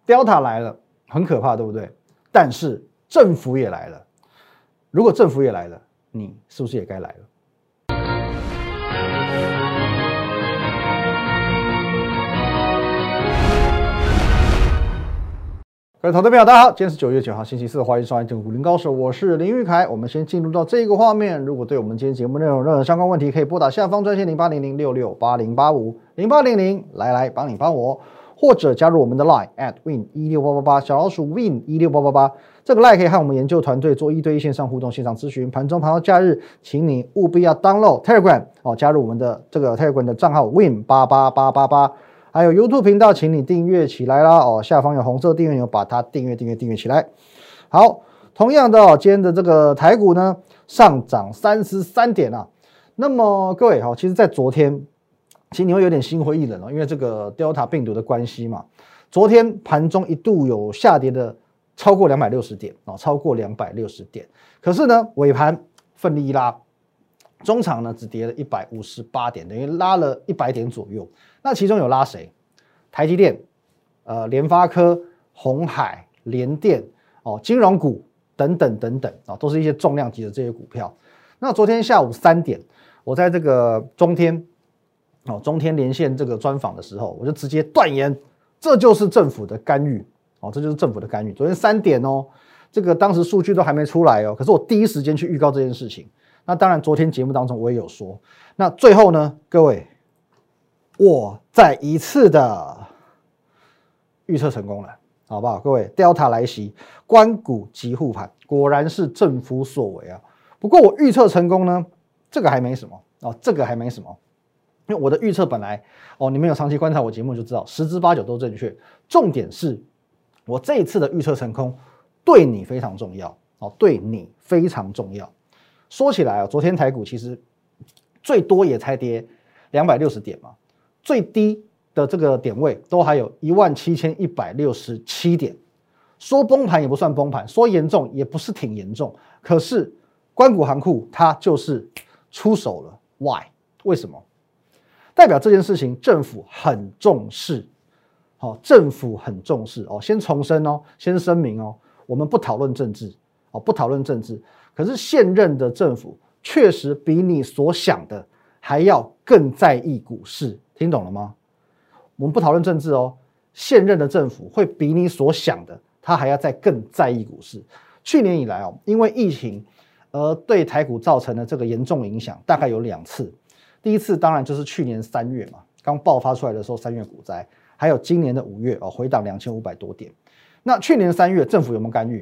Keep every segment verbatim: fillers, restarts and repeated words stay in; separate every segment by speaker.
Speaker 1: Delta 来了，很可怕，对不对？但是政府也来了，如果政府也来了，你是不是也该来了？各位投资朋友，大家好，今天是九月九号，星期四，欢迎收看《正股林高手》，我是林玉凯。我们先进入到这个画面。如果对我们今天节目内容有任何相关问题，可以拨打下方专线零八零零六六八零八五零八零零，来来帮你帮我，或者加入我们的 Line at win 一六八八八小老鼠 win 一六八八八，这个 Line 可以和我们研究团队做一对一线上互动、线上咨询。盘中、盘后、假日，请你务必要 download Telegram 哦，加入我们的这个 Telegram 的账号 win 八八八八八。还有 YouTube 频道，请你订阅起来啦！哦，下方有红色订阅钮，把它订阅、订阅、订阅起来。好，同样的、哦，今天的这个台股呢，上涨三十三点啊。那么各位，好，其实，在昨天，其实你会有点心灰意冷哦，因为这个 Delta 病毒的关系嘛。昨天盘中一度有下跌的超过两百六十点哦，超过两百六十点。可是呢，尾盘奋力一拉。中场呢只跌了一百五十八点，等于拉了一百点左右。那其中有拉谁？台积电、呃联发科、鸿海、联电哦，金融股等等等等啊、哦，都是一些重量级的这些股票。那昨天下午三点，我在这个中天哦中天连线这个专访的时候，我就直接断言，这就是政府的干预哦，这就是政府的干预。昨天三点哦，这个当时数据都还没出来哦，可是我第一时间去预告这件事情。那当然，昨天节目当中我也有说。那最后呢，各位，我再一次的预测成功了，好不好？各位 ，Delta 来袭，官股急护盘，果然是政府所为啊。不过我预测成功呢，这个还没什么哦，这个还没什么，因为我的预测本来哦，你们有长期观察我节目就知道，十之八九都正确。重点是我这一次的预测成功，对你非常重要哦，对你非常重要。说起来啊，昨天台股其实最多也才跌两百六十点嘛，最低的这个点位都还有一万七千一百六十七点，说崩盘也不算崩盘，说严重也不是挺严重。可是官股行库它就是出手了 ，Why？ 为什么？代表这件事情政府很重视，好、哦，政府很重视哦。先重申哦，先声明哦，我们不讨论政治哦，不讨论政治。可是现任的政府确实比你所想的还要更在意股市，听懂了吗？我们不讨论政治哦，现任的政府会比你所想的，他还要再更在意股市。去年以来哦，因为疫情而对台股造成的这个严重影响，大概有两次。第一次当然就是去年三月嘛，刚爆发出来的时候，三月股灾，还有今年的五月哦，回档两千五百多点。那去年三月政府有没有干预？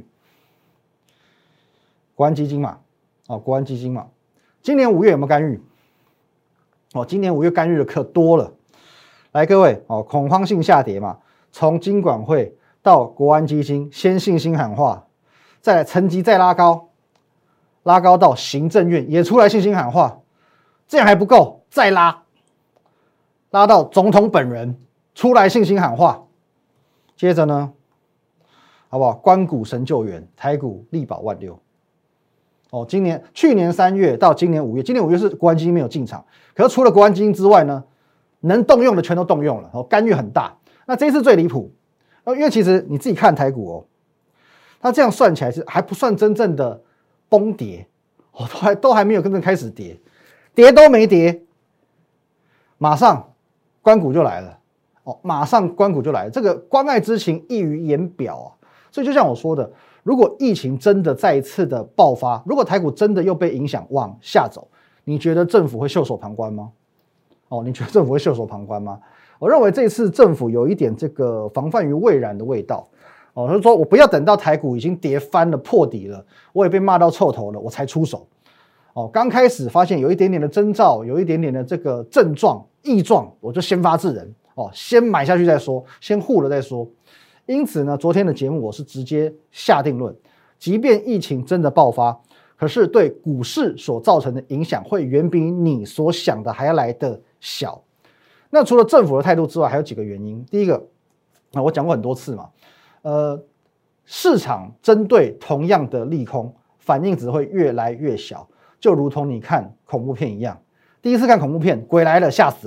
Speaker 1: 国安基金嘛，哦，国安基金嘛，今年五月有没有干预？哦，今年五月干预的可多了。来，各位，哦，恐慌性下跌嘛，从金管会到国安基金，先信心喊话，再来层级再拉高，拉高到行政院也出来信心喊话，这样还不够，再拉，拉到总统本人出来信心喊话，接着呢，好不好？官股神救援，台股力保万六。哦，今年去年三月到今年五月，今年五月是国安基金没有进场，可是除了国安基金之外呢，能动用的全都动用了，哦，干预很大。那这一次最离谱，哦，因为其实你自己看台股哦，它这样算起来是还不算真正的崩跌，哦，都还都还没有真正开始跌，跌都没跌，马上官股就来了，哦，马上官股就来了，这个关爱之情溢于言表啊。所以就像我说的，如果疫情真的再一次的爆发，如果台股真的又被影响往下走，你觉得政府会袖手旁观吗？哦，你觉得政府会袖手旁观吗？我认为这次政府有一点这个防范于未然的味道。哦，就是说我不要等到台股已经跌翻了、破底了，我也被骂到臭头了，我才出手。哦，刚开始发现有一点点的征兆，有一点点的这个症状、异状，我就先发制人。哦，先买下去再说，先护了再说。因此呢，昨天的节目我是直接下定论，即便疫情真的爆发，可是对股市所造成的影响会远比你所想的还要来得小。那除了政府的态度之外，还有几个原因。第一个，啊，我讲过很多次嘛，呃，市场针对同样的利空，反应只会越来越小，就如同你看恐怖片一样。第一次看恐怖片，鬼来了，吓死了。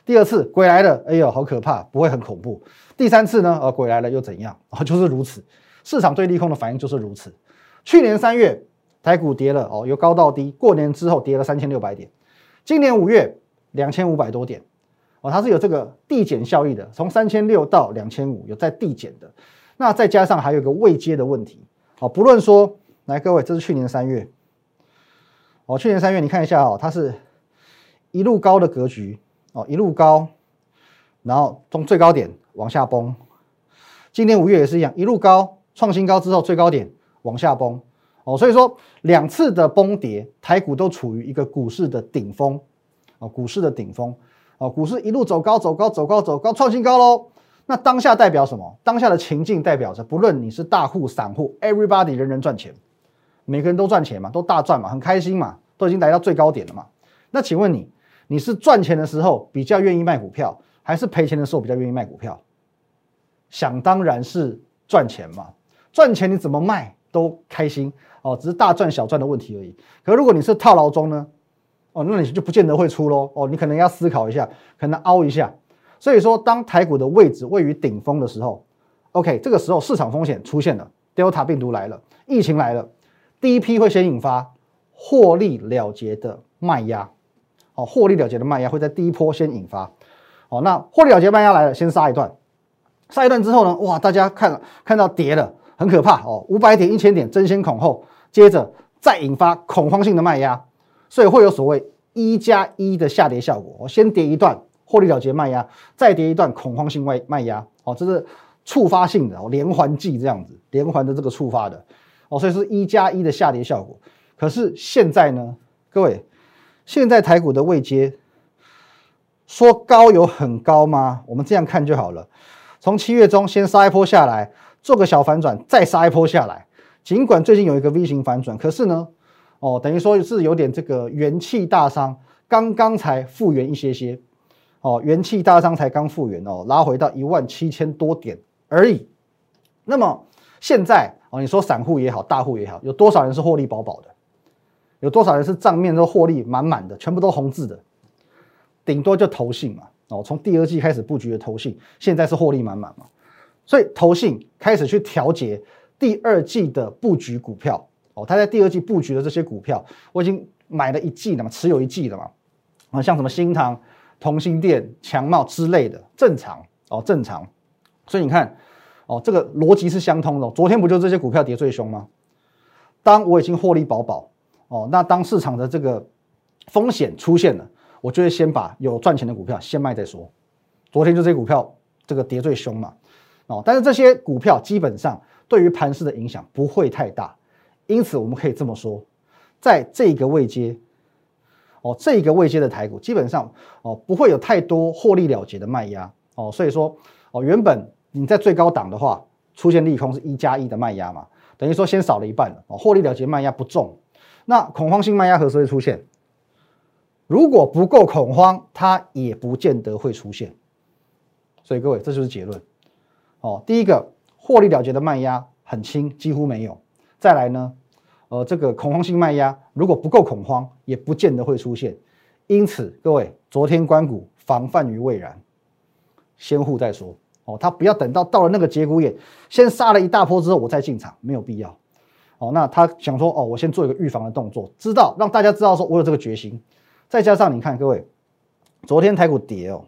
Speaker 1: 第二次鬼来了，哎呦，好可怕，不会很恐怖。第三次呢，呃，鬼来了又怎样？哦，就是如此。市场对利空的反应就是如此。去年三月台股跌了哦，由高到低，过年之后跌了三千六百点。今年五月两千五百多点，哦，它是有这个递减效益的，从三千六到两千五有在递减的。那再加上还有一个位阶的问题，哦，不论说，来各位，这是去年三月，哦，去年三月你看一下哦，它是一路高的格局，哦，一路高，然后从最高点往下崩。今年五月也是一样，一路高创新高之后最高点往下崩，哦，所以说两次的崩跌，台股都处于一个股市的顶峰，哦，股市的顶峰，哦，股市一路走高走高走高走高创新高喽。那当下代表什么？当下的情境代表着，不论你是大户、散户 ，everybody 人人赚钱，每个人都赚钱嘛，都大赚嘛，很开心嘛，都已经来到最高点了嘛。那请问你，你是赚钱的时候比较愿意卖股票，还是赔钱的时候比较愿意卖股票？想当然是赚钱嘛，赚钱你怎么卖都开心哦，只是大赚小赚的问题而已。可如果你是套牢中呢，哦，那你就不见得会出咯，哦，你可能要思考一下，可能凹一下。所以说，当台股的位置位于顶峰的时候 ，OK， 这个时候市场风险出现了 ，Delta 病毒来了，疫情来了，第一批会先引发获利了结的卖压，哦，获利了结的卖压会在第一波先引发，哦，那获利了结卖压来了，先杀一段，杀一段之后呢，哇，大家看了看到跌了，很可怕哦，五百点、一千点争先恐后，接着再引发恐慌性的卖压，所以会有所谓一加一的下跌效果，我先跌一段。获利了结卖压，再跌一段恐慌性卖卖压，哦，这是触发性的哦，连环计这样子，连环的这个触发的，哦，所以是一加一的下跌效果。可是现在呢，各位，现在台股的位阶说高有很高吗？我们这样看就好了。从七月中先杀一波下来，做个小反转，再杀一波下来。尽管最近有一个 V 型反转，可是呢，哦，等于说是有点这个元气大伤，刚刚才复原一些些。哦，元气大伤才刚复原哦，拉回到一万七千多点而已。那么现在哦，你说散户也好，大户也好，有多少人是获利饱饱的？有多少人是账面都获利满满的，全部都红字的？顶多就投信嘛。哦，从第二季开始布局的投信，现在是获利满满嘛。所以投信开始去调节第二季的布局股票。哦，他在第二季布局的这些股票，我已经买了一季了嘛，持有一季了嘛。啊，像什么新唐、同心店、强茂之类的，正常哦，正常。所以你看，哦，这个逻辑是相通的。昨天不就这些股票跌最凶吗？当我已经获利饱饱，哦，那当市场的这个风险出现了，我就会先把有赚钱的股票先卖再说。昨天就这些股票这个跌最凶嘛，哦，但是这些股票基本上对于盘势的影响不会太大，因此我们可以这么说，在这个位阶。哦，这个位阶的台股基本上哦不会有太多获利了结的卖压哦，所以说哦原本你在最高档的话出现利空是一加一的卖压嘛，等于说先少了一半了哦，获利了结卖压不重，那恐慌性卖压何时会出现？如果不够恐慌，它也不见得会出现。所以各位这就是结论哦，第一个获利了结的卖压很轻，几乎没有。再来呢？呃，这个恐慌性卖压如果不够恐慌，也不见得会出现。因此，各位，昨天官股防范于未然，先护再说。哦，他不要等到到了那个节骨眼，先杀了一大波之后我再进场，没有必要。哦，那他想说，哦，我先做一个预防的动作，知道让大家知道说我有这个决心。再加上你看，各位，昨天台股跌哦，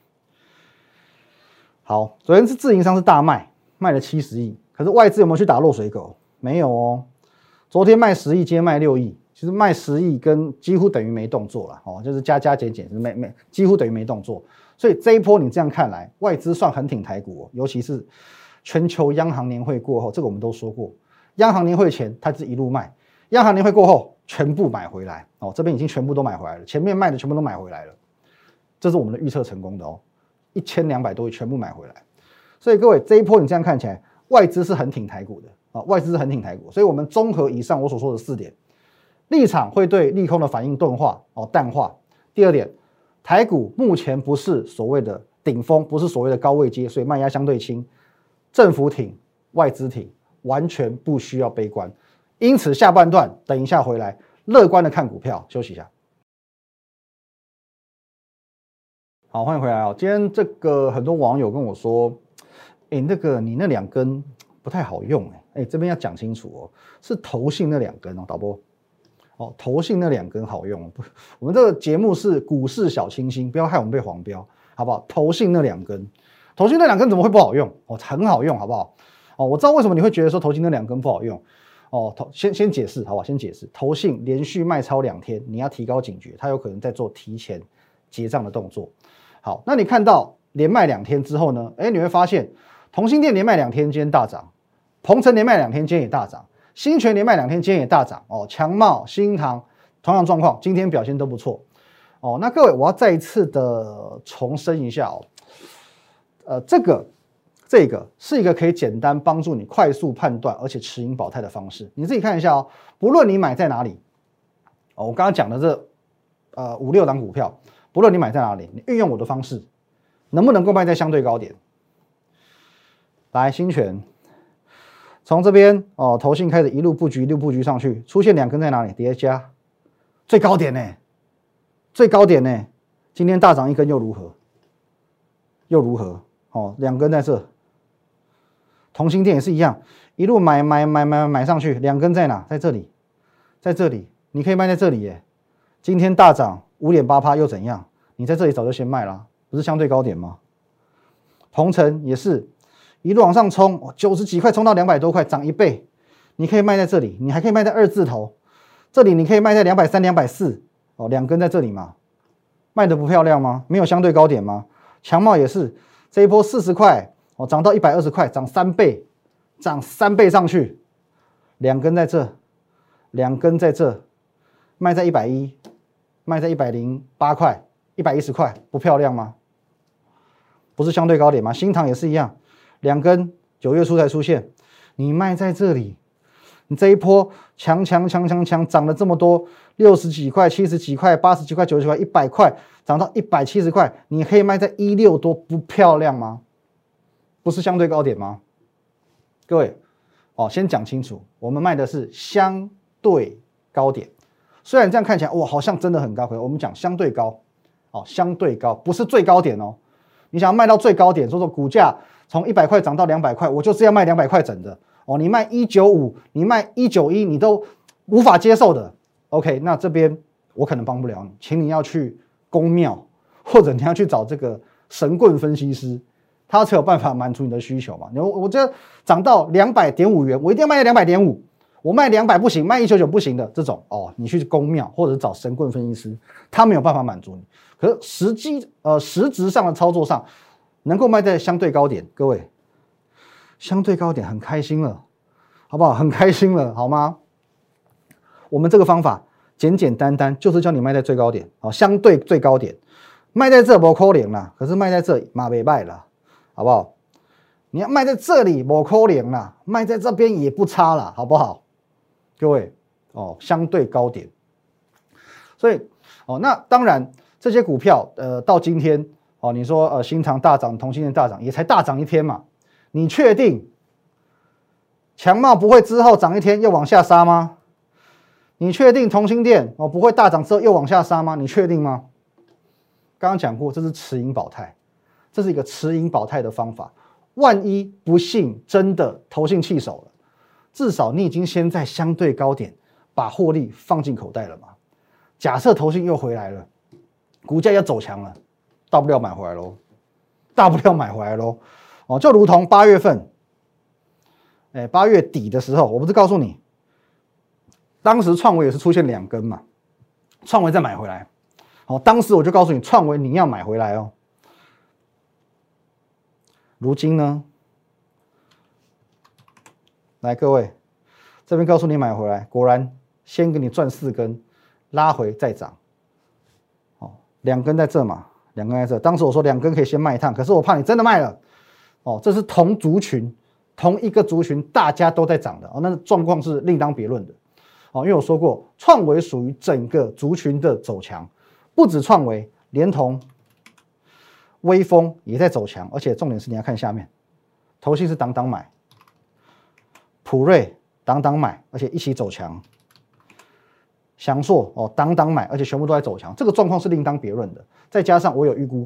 Speaker 1: 好，昨天是自营商是大卖，卖了七十亿，可是外资有没有去打落水狗？没有哦。昨天卖十亿，今天卖六亿，其实卖十亿跟几乎等于没动作了哦，就是加加减减，没没几乎等于没动作。所以这一波你这样看来，外资算很挺台股哦，尤其是全球央行年会过后，这个我们都说过，央行年会前它是一路卖，央行年会过后全部买回来哦，这边已经全部都买回来了，前面卖的全部都买回来了，这是我们的预测成功的哦，一千两百多亿全部买回来。所以各位这一波你这样看起来，外资是很挺台股的。啊，外资是很挺台股，所以我们综合以上我所说的四点，立场会对利空的反应钝化哦淡化。第二点，台股目前不是所谓的顶峰，不是所谓的高位阶，所以卖压相对轻，政府挺，外资挺，完全不需要悲观。因此下半段等一下回来，乐观的看股票，休息一下。 好，欢迎回来哦。今天这个很多网友跟我说，哎，那个你那两根不太好用，哎，哎，这边要讲清楚哦，是投信那两根哦，导播，哦，投信那两根好用，不，我们这个节目是股市小清新，不要害我们被黄标，好不好？投信那两根，投信那两根怎么会不好用？哦，很好用，好不好？哦，我知道为什么你会觉得说投信那两根不好用。哦，投先先解释，好吧，先解释，投信连续卖超两天，你要提高警觉，它有可能在做提前结账的动作。好，那你看到连卖两天之后呢？哎，你会发现同心店连卖两天，今天大涨；鹏程连卖两天，今天也大涨；新全连卖两天，今天也大涨。哦，强茂、新唐同样状况，今天表现都不错。哦，那各位，我要再一次的重申一下哦，呃，这个。这个是一个可以简单帮助你快速判断而且持盈保泰的方式，你自己看一下哦。不论你买在哪里，哦，我刚刚讲的这呃五六档股票，不论你买在哪里，你运用我的方式，能不能够卖在相对高点？来，新权从这边哦，投信开始一路布局，一路布局上去，出现两根在哪里？叠加最高点呢？最高点呢？今天大涨一根又如何？又如何？哦，两根在这。同心店也是一样，一路买买买买买上去，两根在哪？在这里，在这里，你可以卖在这里耶。今天大涨 五点八趴 又怎样？你在这里早就先卖了，不是相对高点吗？鹏程也是一路往上冲，九十几块冲到两百多块，涨一倍，你可以卖在这里，你还可以卖在二字头，这里你可以卖在两百三、两百四，哦，两根在这里嘛，卖的不漂亮吗？没有相对高点吗？强茂也是这一波四十块。哦，涨到一百二十块，涨三倍，涨三倍上去，两根在这，两根在这，卖在一百一，卖在一百零八块，一百一十块，不漂亮吗？不是相对高点吗？新唐也是一样，两根九月初才出现，你卖在这里，你这一波强强强强强涨了这么多，六十几块、七十几块、八十几块、九十几块、一百块，涨到一百七十块，你可以卖在一六多，不漂亮吗？不是相对高点吗？各位，哦，先讲清楚，我们卖的是相对高点。虽然这样看起来，哇，好像真的很高，可是我们讲相对高，哦，相对高，不是最高点哦。你想要卖到最高点，说说股价从一百块涨到两百块，我就是要卖两百块整的哦。你卖一九五，你卖一九一，你都无法接受的。OK， 那这边我可能帮不了你，请你要去公庙，或者你要去找这个神棍分析师。他才有办法满足你的需求嘛？我我这涨到两百点五元，我一定要卖在两百点五，我卖两百不行，卖一九九不行的这种哦，你去公庙或者找神棍分析师，他没有办法满足你。可是实际呃实质上的操作上，能够卖在相对高点，各位，相对高点很开心了，好不好？很开心了，好吗？我们这个方法简简单单就是教你卖在最高点，哦，相对最高点，卖在这不可能啦，可是卖在这里马没卖了。好不好？你要卖在这里，不可能啦；卖在这边也不差啦，好不好？各位哦，相对高点。所以哦，那当然这些股票，呃，到今天哦，你说呃，新唐大涨，同心店大涨，也才大涨一天嘛。你确定强茂不会之后涨一天又往下杀吗？你确定同心店哦不会大涨之后又往下杀吗？你确定吗？刚刚讲过，这是持盈保泰。这是一个持盈保泰的方法，万一不幸真的投信弃守了，至少你已经先在相对高点把获利放进口袋了嘛。假设投信又回来了，股价要走强了，大不了买回来咯，大不了买回来咯。哦，就如同八月份，哎，八月底的时候，我不是告诉你，当时创维也是出现两根嘛，创维再买回来，哦，当时我就告诉你，创维你要买回来哦。如今呢？来，各位，这边告诉你买回来，果然先给你赚四根，拉回再涨。哦，两根在这嘛，两根在这。当时我说两根可以先卖一趟，可是我怕你真的卖了。哦，这是同族群，同一个族群，大家都在涨的哦，那状况是另当别论的。哦，因为我说过，创维属于整个族群的走强，不止创维，连同微风也在走强，而且重点是你要看下面，投信是档档买，普瑞档档买，而且一起走强，祥硕哦档档买，而且全部都在走强，这个状况是另当别论的。再加上我有预估过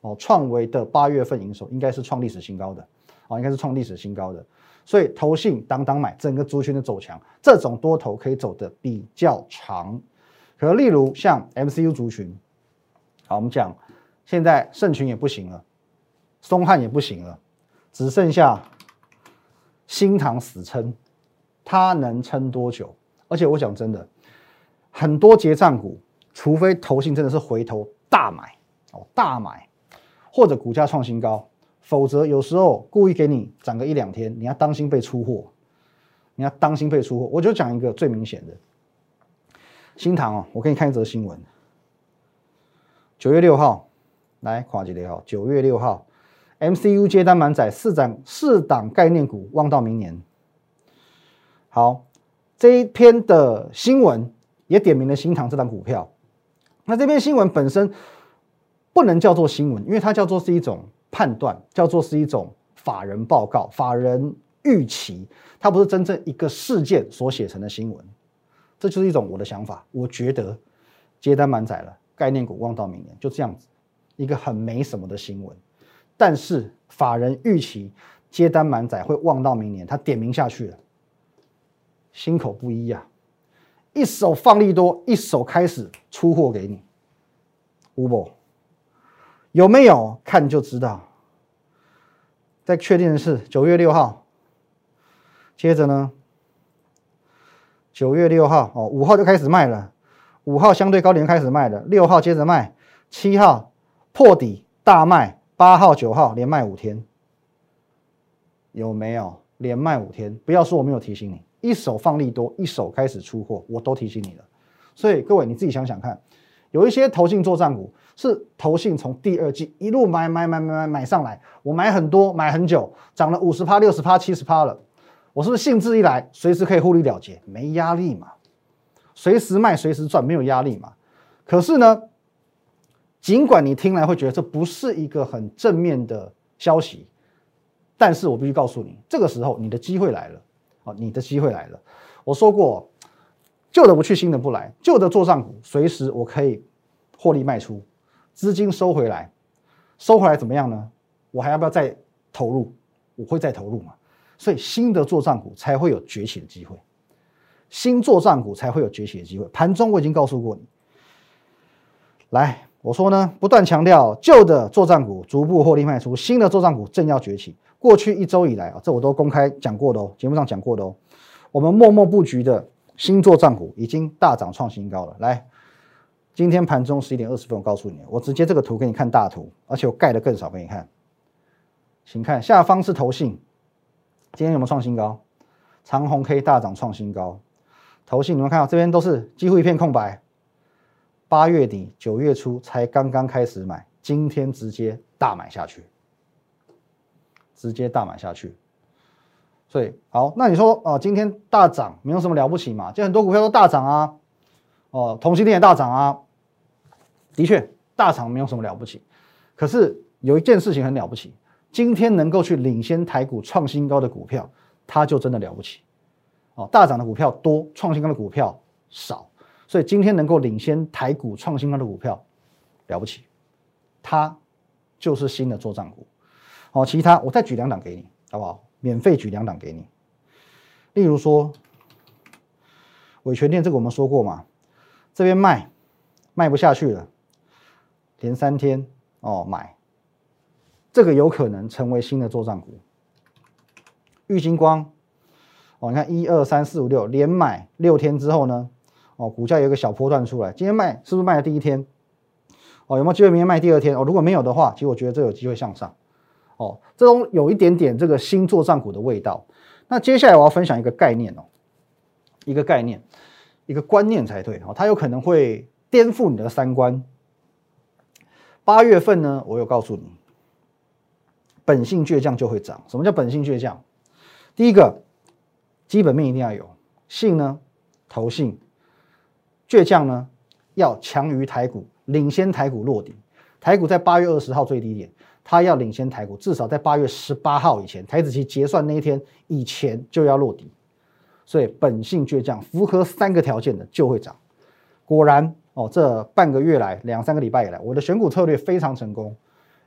Speaker 1: 哦，创维的八月份营收应该是创历史新高的，哦，应该是创历史新高的。所以投信当当买，整个族群的走强，这种多头可以走得比较长。可例如像 M C U 族群，好，我们讲现在盛群也不行了，松汉也不行了，只剩下新唐死撑，它能撑多久？而且我讲真的，很多结账股，除非投信真的是回头大买哦，大买，或者股价创新高。否则有时候故意给你涨个一两天，你要当心被出货，你要当心被出货。我就讲一个最明显的，新唐哦，我给你看一则新闻，九月六号，来看几号？九月六号 ，M C U 接单满载，四档四档概念股望到明年。好，这一篇的新闻也点明了新唐这档股票。那这篇新闻本身不能叫做新闻，因为它叫做是一种判断，叫做是一种法人报告、法人预期，它不是真正一个事件所写成的新闻。这就是一种我的想法，我觉得接单满载了，概念股望到明年，就这样子，一个很没什么的新闻。但是法人预期接单满载会望到明年，他点名下去了，心口不一呀、啊，一手放利多，一手开始出货给你，有没有？有没有看就知道。再确定的是九月六号，接着呢，九月六号哦，五号就开始卖了，五号相对高点开始卖了，六号接着卖，七号破底大卖，八号、九号连卖五天，有没有？连卖五天，不要说我没有提醒你，一手放利多，一手开始出货，我都提醒你了。所以各位你自己想想看。有一些投信作战股是投信从第二季一路买买买买买买上来，我买很多买很久，涨了 百分之五十、百分之六十、百分之七十 了，我是不是兴致一来随时可以获利了结，没压力嘛？随时卖随时赚，没有压力嘛？可是呢，尽管你听来会觉得这不是一个很正面的消息，但是我必须告诉你，这个时候你的机会来了，哦，你的机会来了。我说过。旧的不去，新的不来。旧的做账股，随时我可以获利卖出，资金收回来，收回来怎么样呢？我还要不要再投入？我会再投入嘛。所以新的做账股才会有崛起的机会，新做账股才会有崛起的机会。盘中我已经告诉过你，来，我说呢，不断强调旧的做账股逐步获利卖出，新的做账股正要崛起。过去一周以来啊，这我都公开讲过的哦，节目上讲过的哦，我们默默布局的。新作战股已经大涨创新高了。来，今天盘中十一点二十分，我告诉你，我直接这个图给你看大图，而且我盖的更少给你看。请看下方是投信，今天有没有创新高？长红 K 大涨创新高，投信你们看到这边都是几乎一片空白。八月底九月初才刚刚开始买，今天直接大买下去，直接大买下去。所以好，那你说哦、呃，今天大涨没有什么了不起嘛？就很多股票都大涨啊，哦，同性恋也大涨啊，的确大涨没有什么了不起。可是有一件事情很了不起，今天能够去领先台股创新高的股票，它就真的了不起。哦，大涨的股票多，创新高的股票少，所以今天能够领先台股创新高的股票了不起，它就是新的作战股。哦，其他我再举两档给你，好不好？免费举两档给你，例如说伟全电，这个我们说过嘛，这边卖卖不下去了，连三天哦买，这个有可能成为新的作战股。玉晶光哦，你看一二三四五六连买六天之后呢，哦股价有一个小波段出来，今天卖是不是卖了第一天？哦有没有机会明天卖第二天？哦如果没有的话，其实我觉得这有机会向上。哦，这种有一点点这个新作战股的味道。那接下来我要分享一个概念哦，一个概念，一个观念才对哦，它有可能会颠覆你的三观。八月份呢，我有告诉你，本性倔强就会涨。什么叫本性倔强？第一个，基本面一定要有，性呢，投信，倔强呢，要强于台股，领先台股落底。台股在八月二十号最低点。它要领先台股，至少在八月十八号以前，台指期结算那一天以前就要落底，所以本性倔强，符合三个条件的就会涨。果然哦，这半个月来，两三个礼拜以来，我的选股策略非常成功，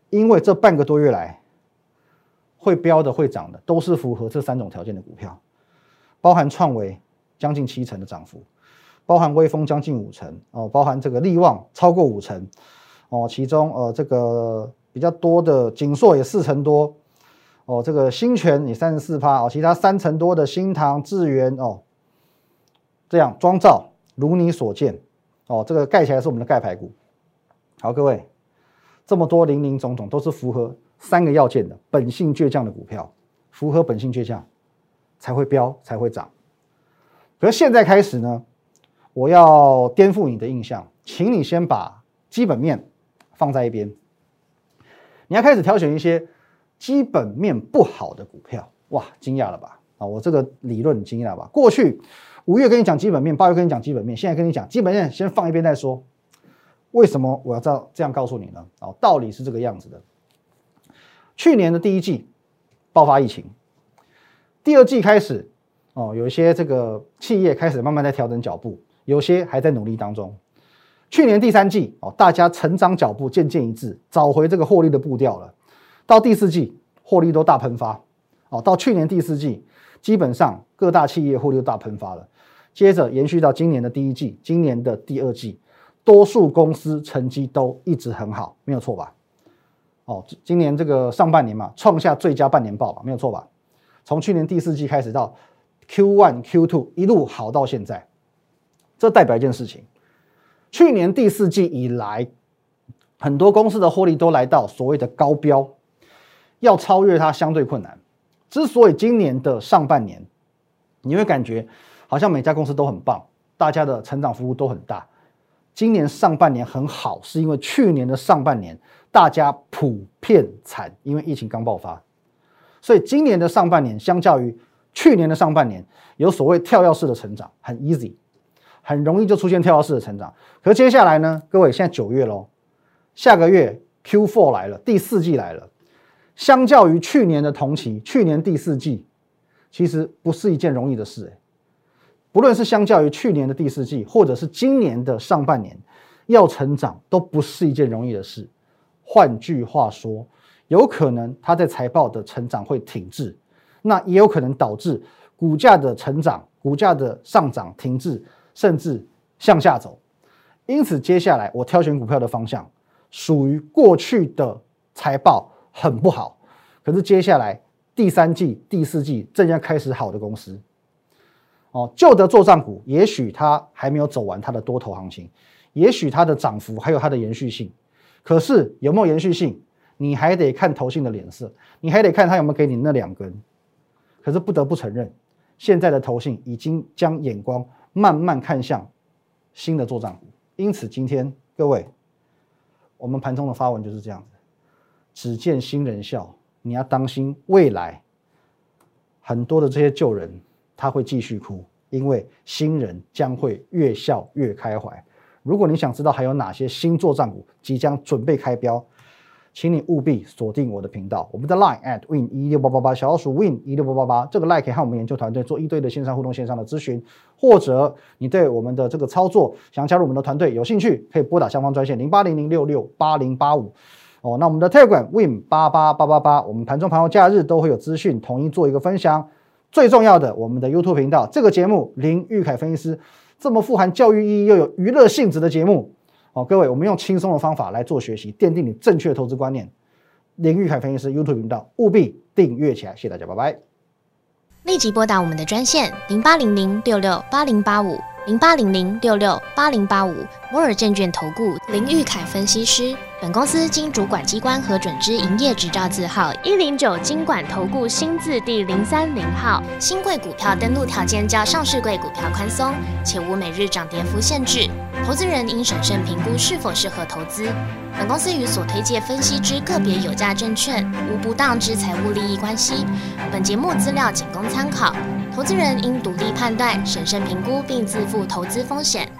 Speaker 1: 因为这半个多月来，会飙的、会涨的，都是符合这三种条件的股票，包含创维将近七成的涨幅，包含微风将近五成哦，包含这个力旺超过五成哦，其中呃这个比较多的景硕也四成多哦，这个新泉也三十四趴哦，其他三成多的新唐、智原哦，这样庄兆如你所见哦，这个盖起来是我们的盖牌股。好，各位，这么多林林总总都是符合三个要件的本性倔强的股票，符合本性倔强才会飙才会涨。可是现在开始呢，我要颠覆你的印象，请你先把基本面放在一边，你要开始挑选一些基本面不好的股票。哇，惊讶了吧？啊，我这个理论惊讶了吧？过去五月跟你讲基本面，八月跟你讲基本面，现在跟你讲基本面，先放一边再说。为什么我要这这样告诉你呢？哦，道理是这个样子的。去年的第一季爆发疫情，第二季开始哦，有一些这个企业开始慢慢在调整脚步，有些还在努力当中。去年第三季哦，大家成长脚步渐渐一致，找回这个获利的步调了。到第四季，获利都大喷发哦。到去年第四季，基本上各大企业获利都大喷发了。接着延续到今年的第一季，今年的第二季。多数公司成绩都一直很好，没有错吧？哦，今年这个上半年嘛，创下最佳半年报嘛，没有错吧？从去年第四季开始到 Q 一、Q 二 一路好到现在，这代表一件事情：去年第四季以来，很多公司的获利都来到所谓的高标，要超越它相对困难。之所以今年的上半年，你会感觉好像每家公司都很棒，大家的成长幅度都很大。今年上半年很好，是因为去年的上半年大家普遍惨，因为疫情刚爆发，所以今年的上半年相较于去年的上半年，有所谓跳跃式的成长，很 easy， 很容易就出现跳跃式的成长。可是接下来呢，各位现在九月咯，下个月 Q 四 来了，第四季来了，相较于去年的同期，去年第四季其实不是一件容易的事、欸不论是相较于去年的第四季，或者是今年的上半年，要成长都不是一件容易的事。换句话说，有可能它在财报的成长会停滞，那也有可能导致股价的成长、股价的上涨停滞，甚至向下走。因此，接下来我挑选股票的方向属于过去的财报很不好，可是接下来第三季、第四季正要开始好的公司。哦，旧的作战股，也许它还没有走完它的多头行情，也许它的涨幅还有它的延续性，可是有没有延续性，你还得看投信的脸色，你还得看它有没有给你那两根。可是不得不承认，现在的投信已经将眼光慢慢看向新的作战股。因此，今天各位，我们盘中的发文就是这样子，只见新人笑，你要当心未来很多的这些旧人。他会继续哭，因为新人将会越笑越开怀。如果你想知道还有哪些新作战股即将准备开标，请你务必锁定我的频道，我们的 Line at win 一六八八八，小老鼠 win 一六八八八，这个 Line 可以和我们研究团队做一对的线上互动、线上的咨询，或者你对我们的这个操作想加入我们的团队有兴趣，可以拨打下方专线零八零零六六八零八五。哦，那我们的 Telegram win 八八八八八，我们盘中盘后假日都会有资讯统一做一个分享。最重要的，我们的 YouTube 频道这个节目林玉凯分析师这么富含教育意义又有娱乐性质的节目，哦，各位，我们用轻松的方法来做学习，奠定你正确的投资观念。林玉凯分析师 YouTube 频道务必订阅起来，谢谢大家，拜拜。
Speaker 2: 立即拨打我们的专线零八零零六六八零八五零八零零六六八零八五摩尔证券投顾林玉凯分析师。本公司经主管机关核准之营业执照字号一零九金管投顾新字第零三零号。新贵股票登录条件较上市贵股票宽松，且无每日涨跌幅限制。投资人应审慎评估是否适合投资。本公司与所推介分析之个别有价证券无不当之财务利益关系。本节目资料仅供参考，投资人应独立判断、审慎评估并自负投资风险。